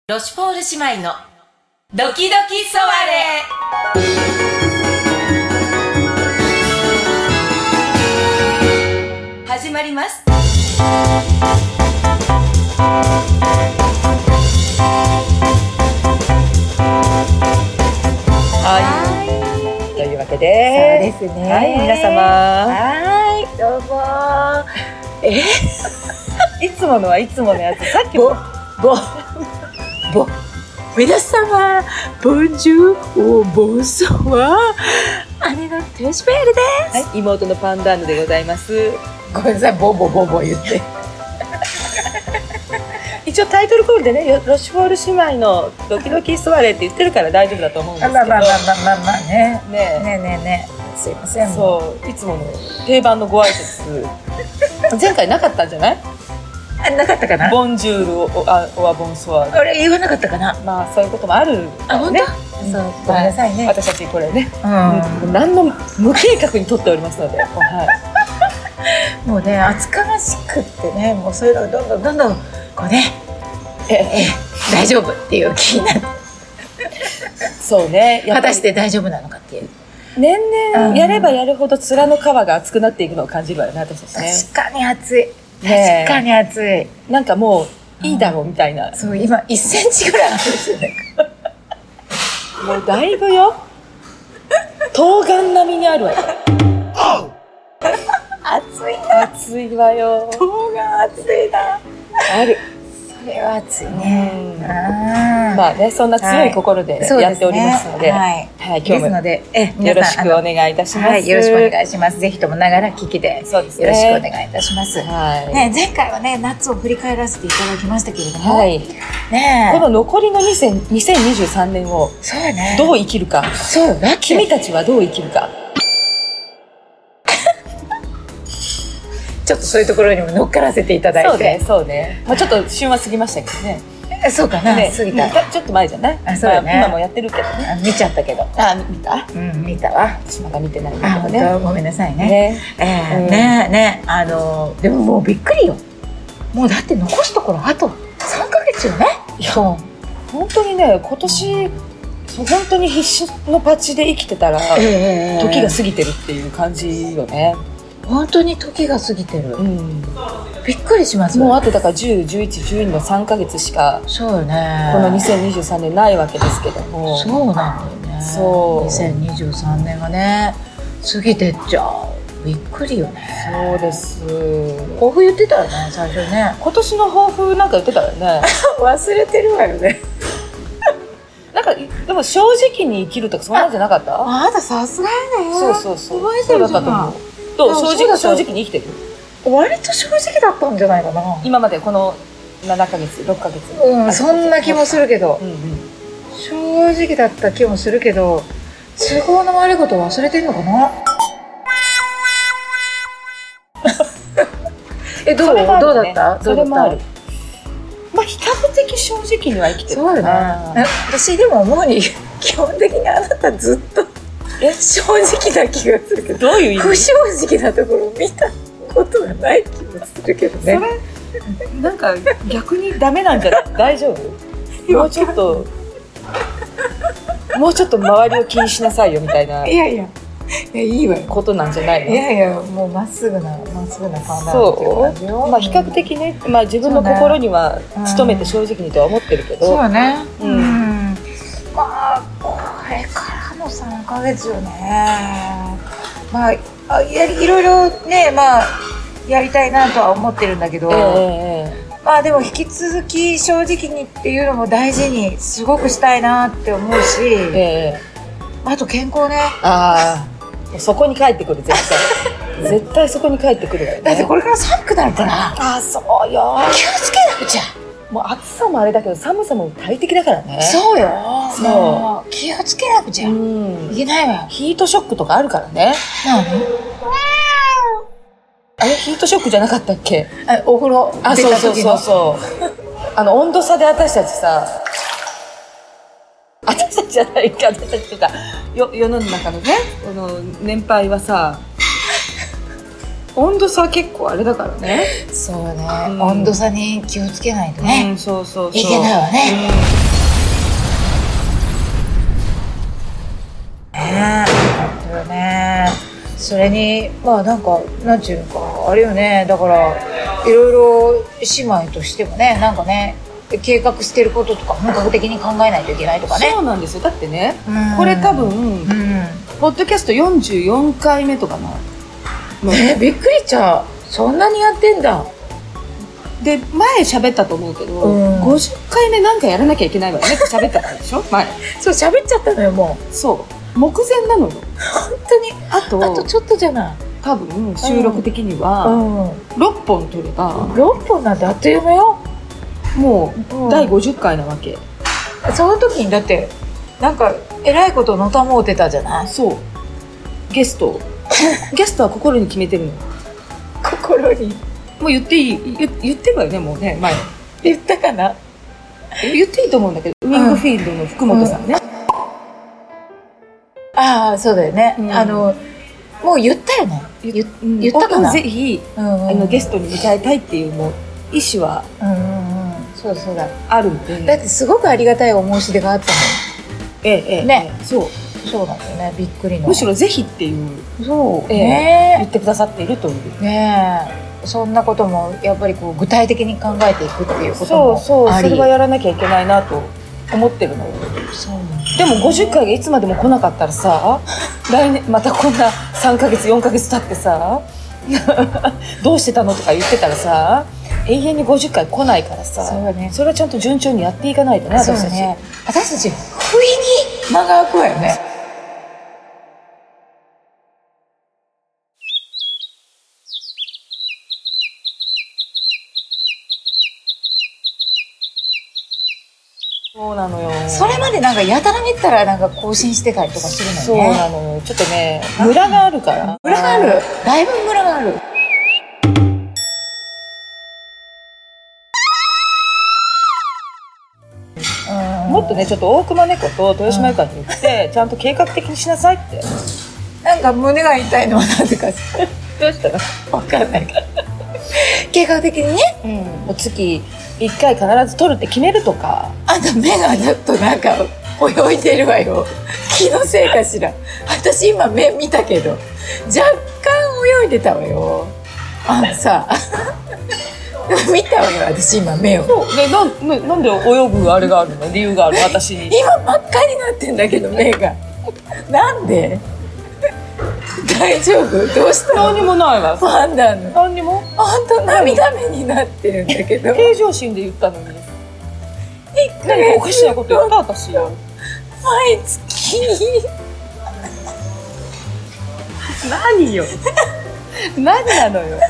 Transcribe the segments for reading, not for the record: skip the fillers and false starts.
ロシュポール姉妹のドキドキソワレ。始まります。 はい、というわけで、 そうですね。 はい、皆様、 はい、どうも。 いつものはいつものやつ、さっきボ皆様、ボンジュール、ボンソワー、姉のテシペールです。 はい、妹のパンダーヌでございます。 ごめんなさい、ボン言って。 一応タイトルコールでね、ロシュポール姉妹のドキドキソワレって言ってるから大丈夫だと思うんですけど。 まあね。 ねすいません。 そう、いつもの定番のご挨拶。前回なかったんじゃない？ なかったかな。 ボンジュールオアボンソワール。 あれ言わなかったかな。 まあそういうこともあるからね。 そう、ごめんなさいね。 私たちこれね、何の無計画に撮っておりますので、はい、 もうね、厚かましくってね、もうそういうのがどんどんこうね、大丈夫っていう気になって。 そうね。 果たして大丈夫なのかっていう。 年々やればやるほど面の皮が厚くなっていくのを感じるわよね、私たちね。 確かに厚い。確かに暑い。 なんかもういいだろうみたいな。 そう、今1センチぐらいあるんですよね。 もうだいぶよ。冬瓜並みにあるわよ。 暑いな。 暑いわよ。 冬瓜暑いな。 ある。 それは暑いね。 まあね、そんな強い心でやっておりますので、 はい、 今日もよろしくお願いいたします。 はい、よろしくお願いします。ぜひともながら聞きで、よろしくお願いいたします。ね、前回はね、夏を振り返らせていただきましたけれども、ね、この残りの2023年をどう生きるか。 そうだ。 君たちはどう生きるか。 ちょっとそういうところにも乗っからせていただいて。 そうね。まあちょっと週末過ぎましたけどね。 そうかな、過ぎた。 ちょっと前じゃない？ そうだね。 今もやってるけどね。 見ちゃったけど。 見た？ 見たわ。 私まだ見てないんだけどね。 ごめんなさいね。ね、でももうびっくりよ。もうだって残すところあと3ヶ月よね。 いや、本当にね、今年本当に必死のパチで生きてたら時が過ぎてるっていう感じよね。 本当に時が過ぎてる。びっくりします。 もうあとだから10、11、12の3ヶ月しかそうよね。 この2023年ないわけですけども。 そうなんだよね。 そう。 2023年がね過ぎてっちゃう。びっくりよね。 そうです。 抱負言ってたよね、最初ね。 今年の抱負なんか言ってたよね。 忘れてるわよね。 なんかでも正直に生きるとかそんなんじゃなかった？ あなたさすがやね。 そう覚えてるじゃない。 正直に生きてる。 割と正直だったんじゃないかな。 今までこの7ヶ月6ヶ月。 そんな気もするけど、正直だった気もするけど、都合の悪いことを忘れてんのかな。どうだった？ それもある。まあ比較的正直には生きてる。 そうよね。私でも思うに基本的にあなたずっと正直な気がするけど、 どういう意味？ 不正直なところを見たことがない気もするけどね。 それなんか逆にダメなんじゃない？大丈夫？もうちょっと周りを気にしなさいよみたいな。 いやいいわよ。 ことなんじゃないの？ いやもうまっすぐな感じなんそう。まあ比較的ね、まあ自分の心には努めて正直にとは思ってるけど。 そうね。まあこれからの3ヶ月よね。まあいろいろね、まあやりたいなとは思ってるんだけど、まあでも引き続き正直にっていうのも大事にすごくしたいなって思うし、あと健康ね。 そこに帰ってくる。絶対そこに帰ってくるわよね。 だってこれから寒くなるから。 そうよ。 気をつけなくちゃ。 もう暑さもあれだけど寒さも大敵だからね。 そうよ。そう。気をつけなくちゃいけないわよ。 ヒートショックとかあるからね。あれヒートショックじゃなかったっけ？ お風呂出た時の。 そう温度差で私たちじゃないか、私たちとか世の中のね、この年配はさ、温度差結構あれだからね。 そうね、温度差に気をつけないとね、 そういけないわね。 それにまあなんていうのかあれよね、だからいろいろ姉妹としてもね、なんかね計画してることとか本格的に考えないといけないとかね。 そうなんですよ。だってね、これ多分、ポッドキャスト44回目とかな。 びっくりちゃう。そんなにやってんだ。 で前喋ったと思うけど、50回目なんかやらなきゃいけないわよねって喋ったからでしょ前。 そう喋っちゃったのよもう。 そう目前なのよ本当に。あとちょっとじゃない。 多分収録的には6本撮れば、 6本なんてあっという間よ。 もう第50回なわけ。 その時にだってなんかえらいことのたもうてたじゃない。 そうゲストは心に決めてるの。 心にもう言っていい言ってるわよねもうね前。 言ったかな。 言っていいと思うんだけど、ウィングフィールドの福本さんね、 ああそうだよね、もう言ったよね。言ったかな。 ぜひ、ゲストに迎えたいっていうもう意思は、 そうだあるんで。 だってすごくありがたいお申し出があったの。ね、そうなんだよね。びっくりの。 むしろぜひっていう言ってくださっているというね。そんなこともやっぱりこう具体的に考えていくっていうこともあり。 それはやらなきゃいけないなと思ってるの。でも50回がいつまでも来なかったらさ、来年またこんな3ヶ月4ヶ月経ってさどうしてたのとか言ってたらさ、永遠に50回来ないからさ、それはちゃんと順調にやっていかないとね。私たち不意に間が空くわよね。 そうなのよ。 それまでなんかやたらめったらなんか更新してたりとかするのね。 そうなのよ。ちょっとねムラがあるから。 ムラがある。だいぶムラがある。 もっとねちょっと大熊猫と豊島由香に言って、ちゃんと計画的にしなさいって。 なんか胸が痛いのはなぜかどうしたの分かんないから計画的にね、 もう月1回必ず撮るって決めるとか。 あんた目がちょっとなんか泳いでるわよ。気のせいかしら。私今目見たけど若干泳いでたわよ。あんたさ見たわよ私今目を。 なんで泳ぐあれがあるの、理由がある私に。 今真っ赤になってんだけど目が。なんで大丈夫？どうしたの？ 何もないわ。 パンダの何にも。 あんた涙目になってるんだけど。 平常心で言ったのに何かおかしなこと言った私。 毎月何よ何なのよ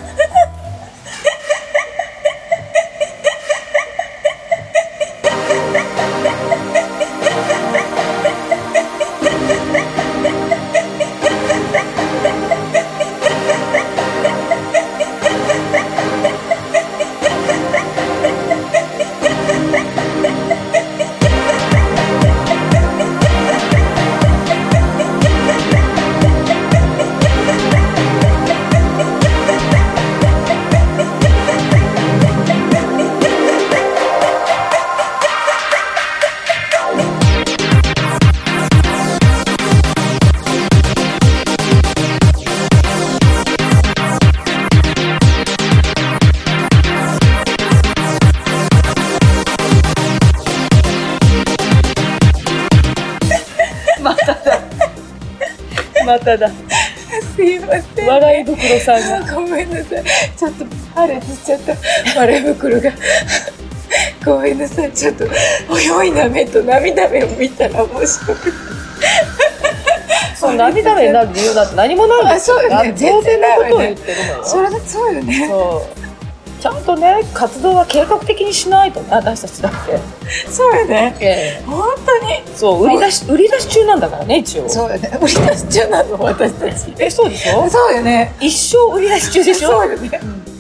まただすいません。 笑い袋さんがごめんなさい。ちょっと破裂しちゃった笑い袋がごめんなさい。ちょっと泳いだ目と涙目を見たら面白くてそう涙目になる理由だって何もないですよ。 そうよね。 当然のことを言ってるのよ。 そうよね。 そうちゃんとね活動は計画的にしないとね、私たちだって。 そうよね、本当にそう売り出し中なんだからね一応。 そうよね、売り出し中なの私たち。 そうでしょ。 そうよね、 一生売り出し中でしょ。 そうよね、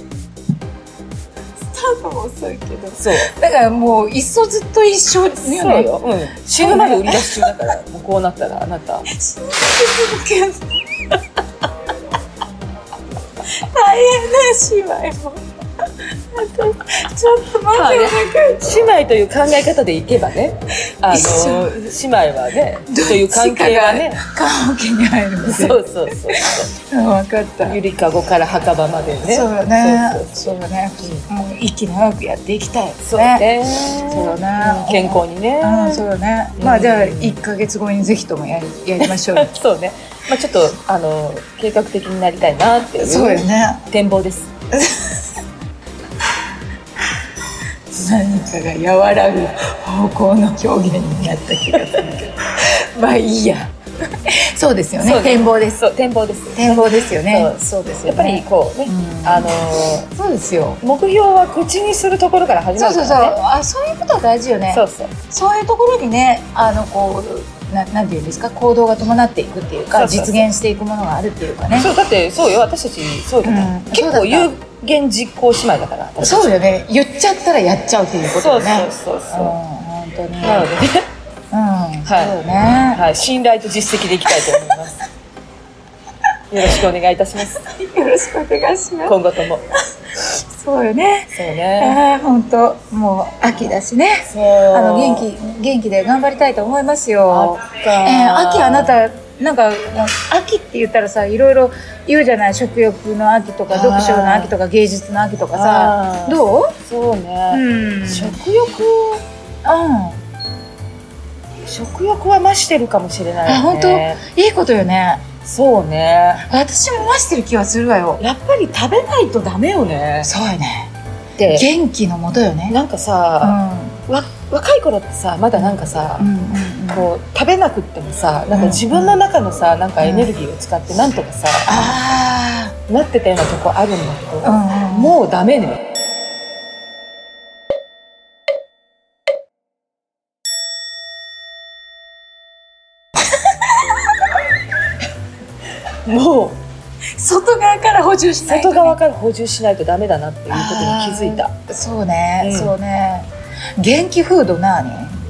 スタートも遅いけど。 そうだからもういっそずっと一緒ですよね。 そうよ、死ぬまで売り出し中だからもうこうなったらあなた死ぬ大変な芝居もちょっと待って、 姉妹という考え方でいけばね、姉妹はねという関係はね、 棺桶に入るんですよ。 そうそうそう。 分かった。 ゆりかごから墓場までね。 そうだね。そうだね。もう息長くやっていきたい。 そうね。 そうだね。 健康にね。 そうだね。まあじゃあ1ヶ月後にぜひともやりましょう。 そうね。まあちょっと計画的になりたいなっていう。 そうよね。 展望です。 何かが和らぐ方向の表現になった気がするけど、まあいいや。そうですよね。展望です。 そう、展望です。 展望ですよね。そうですよね。 やっぱりこうね、 そうですよ。 目標は口にするところから始まるからね。 そういうことは大事よね。 そうそう。 そういうところにね、こうなんていうんですか、行動が伴っていくっていうか、実現していくものがあるっていうかね。 そうだってそうよ、私たちそうよ。結構有言実行姉妹だから。 そうよね。言っちゃったらやっちゃうっていうことよね。 そう本当に。 なのでね。 そうね。 はい、信頼と実績でいきたいと思います。よろしくお願いいたします。 よろしくお願いします。 今後とも。 そうよね。 そうね。 本当もう秋だしね。元気で頑張りたいと思いますよ。秋、あなたなんか秋って言ったらさ、いろいろ言うじゃない。食欲の秋とか読書の秋とか芸術の秋とかさ、どう？ そうね。食欲は増してるかもしれないね。 本当いいことよね。 そうね。 私も増してる気はするわよ。 やっぱり食べないとダメよね。 そうよね。で、元気のもとよね。 なんかさ、若い頃ってさ、まだなんかさ、こう食べなくってもさ、なんか自分の中のさ、なんかエネルギーを使ってなんとかさ、なってたようなとこあるんだけど、もうダメね。もう外側から補充しないと、 外側から補充しないとダメだなっていうことに気づいた。 そうね、そうね。元気フード何？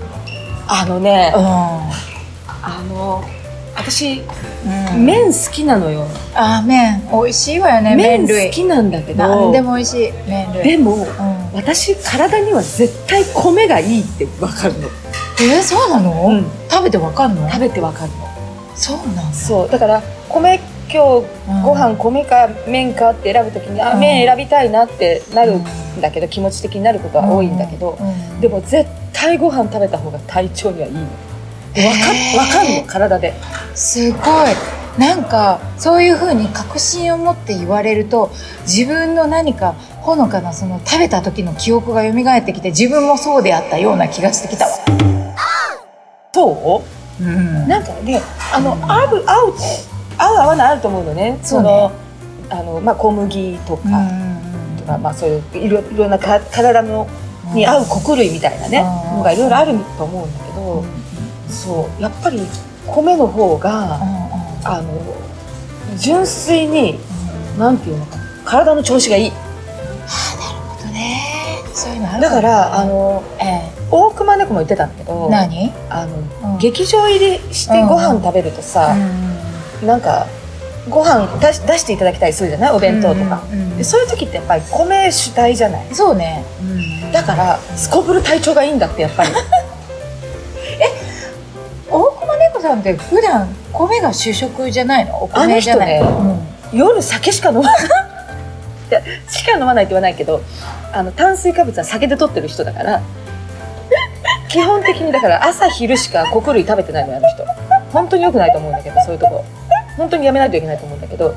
私、麺好きなのよ。 麺美味しいわよね。 麺好きなんだけど、 何でも美味しい麺類。 でも、私体には絶対米がいいって分かるの。 そうなの？食べて分かるの？ 食べて分かるの。 そうなんだ。 そうだから今日ご飯米か麺かって選ぶときに麺選びたいなってなるんだけど、気持ち的になることは多いんだけど、でも絶対ご飯食べた方が体調にはいいの。分かるの、体で。 すごい。なんかそういう風に確信を持って言われると、自分の何かほのかなその食べた時の記憶が蘇ってきて、自分もそうであったような気がしてきたわ。 そう？なんかね、合う合わないあると思うのね。小麦とか、そういういろんな体に合う穀類みたいなねのがいろいろあると思うんだけど、そうやっぱり米の方が純粋になんていうのか、体の調子がいい。 なるほどね。そういうのあるだから大熊猫も言ってたんだけど、劇場入りしてご飯食べるとさ、なんかご飯出していただきたりするじゃない、お弁当とか。でそういう時ってやっぱり米主体じゃない。 そうね。 だからすこぶる体調がいいんだってやっぱり。 大熊猫さんって普段米が主食じゃないの？お米じゃない？ 夜酒しか飲まない。しか飲まないって言わないけど、炭水化物は酒で取ってる人だから。基本的にだから朝昼しか穀類食べてないのよ、あの人。本当に良くないと思うんだけど、そういうとこ本当にやめないといけないと思うんだけど。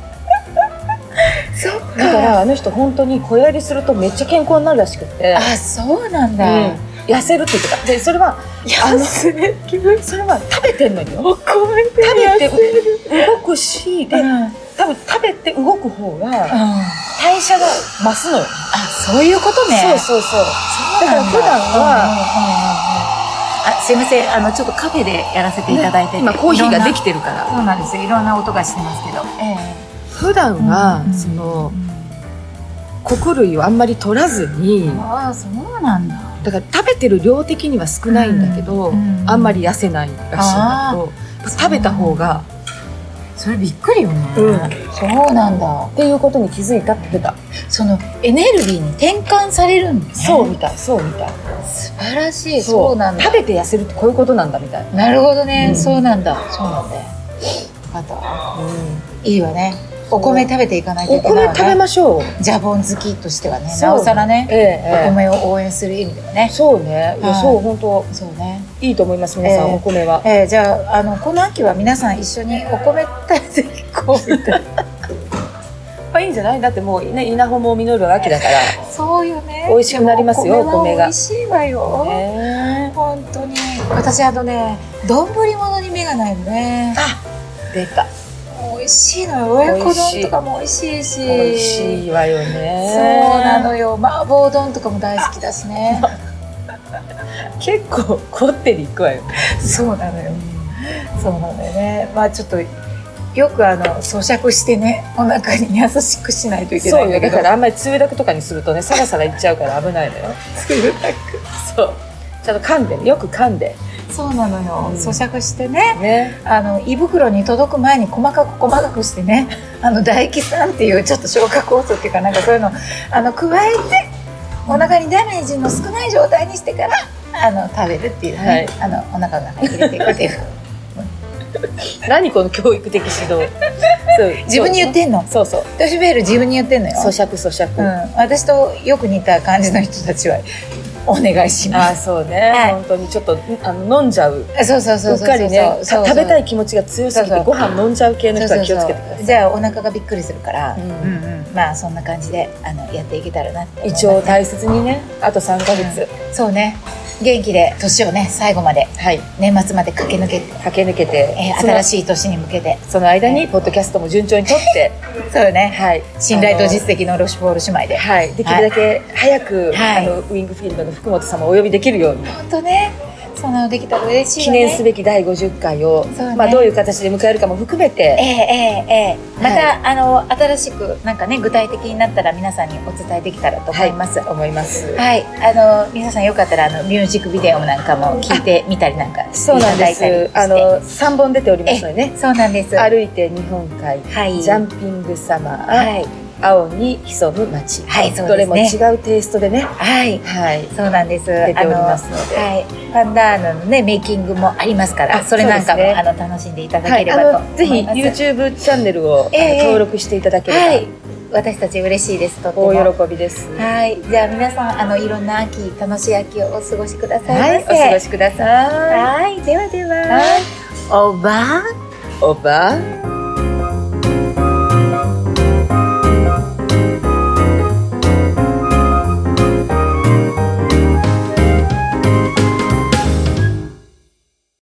そっか。 だからあの人本当に小やりするとめっちゃ健康になるらしくて。 そうなんだ。 痩せるって言ってた。でそれはそれは食べてんのよ。 お米で食べて動くし、で多分食べて動く方が代謝が増すのよ。 そういうことね。 そうだから普段はすいません、ちょっとカフェでやらせていただいてて、 今コーヒーができてるから。 そうなんですよ。いろんな音がしてますけど、 普段はその穀類をあんまり取らずに。 そうなんだ。 だから食べてる量的には少ないんだけど、あんまり痩せないらしいんだけど、食べた方がそれびっくりよね、そうなんだっていうことに気づいたって言ってた。 そのエネルギーに転換されるんだね。 そうみたい素晴らしい。そうなんだ。 食べて痩せるってこういうことなんだみたいな。 なるほどね、そうなんだよ。あといいわね。お米食べていかないといけないわね。 お米食べましょう。 ジャボン好きとしてはね、なおさらね、お米を応援する意味でもね。 そうね、そう本当そうね、いいと思います皆さん、お米は。 じゃあこの秋は皆さん一緒にお米食べていこうみたいな。 まあいいんじゃない？だってもうね、稲穂も実る秋だから。 そうよね。 美味しくなりますよ、お米が。 美味しいわよ。本当に。私丼物に目がないのね。 あ、出た。 美味しいのよ。親子丼とかも美味しいし。 美味しいわよね。 そうなのよ。麻婆丼とかも大好きだしね。 結構こってりいくわよ。 そうなのよ。そうなのよね。まあちょっと。よく咀嚼してね、お腹に優しくしないといけないんだけど。 だからあんまりつゆだくとかにするとね、サラサラいっちゃうから危ないのよ。 つゆだく。 そう。ちゃんと噛んで、よく噛んで。 そうなのよ。咀嚼してね。胃袋に届く前に細かくしてね、唾液酸っていうちょっと消化酵素っていうかなんかそういうの加えてお腹にダメージの少ない状態にしてから食べるっていうね。お腹の中に入れていくっていう。 何この教育的指導。 自分に言ってんの。 そうそう。 トシベール自分に言ってんのよ。 咀嚼。 私とよく似た感じの人たちはお願いします。 そうね。本当にちょっと飲んじゃう。 そう。 うっかりね、食べたい気持ちが強すぎてご飯飲んじゃう系の人は気をつけてください。 じゃあお腹がびっくりするから、まあそんな感じでやっていけたらなって思います。 一応大切にね。あと3ヶ月。 そうね。元気で年をね最後まで、年末まで駆け抜けて、新しい年に向けて、 その間にポッドキャストも順調にとってそうよね、信頼と実績のロシュポール姉妹で、 できるだけ早く、ウィングフィールドの福本様をお呼びできるように。 本当ね、そのできたら嬉しい記念すべき第50回を、どういう形で迎えるかも含めて、 また新しくなんかね具体的になったら皆さんにお伝えできたらと思います。皆さんよかったらミュージックビデオなんかも聞いてみたりなんかしていただいたりして、 3本出ておりますのでね。 そうなんです。 歩いて日本海、ジャンピングサマー、青に潜む街、どれも違うテイストでね、 そうなんです。 出ておりますので、 パンダーノのねメイキングもありますから、それなんかも楽しんでいただければと思います。 ぜひ YouTube チャンネルを登録していただければ、 私たち嬉しいです。とっても大喜びです。 じゃあ皆さんいろんな秋、楽しい秋をお過ごしくださいませ。 お過ごしください。 ではでは、オーバー。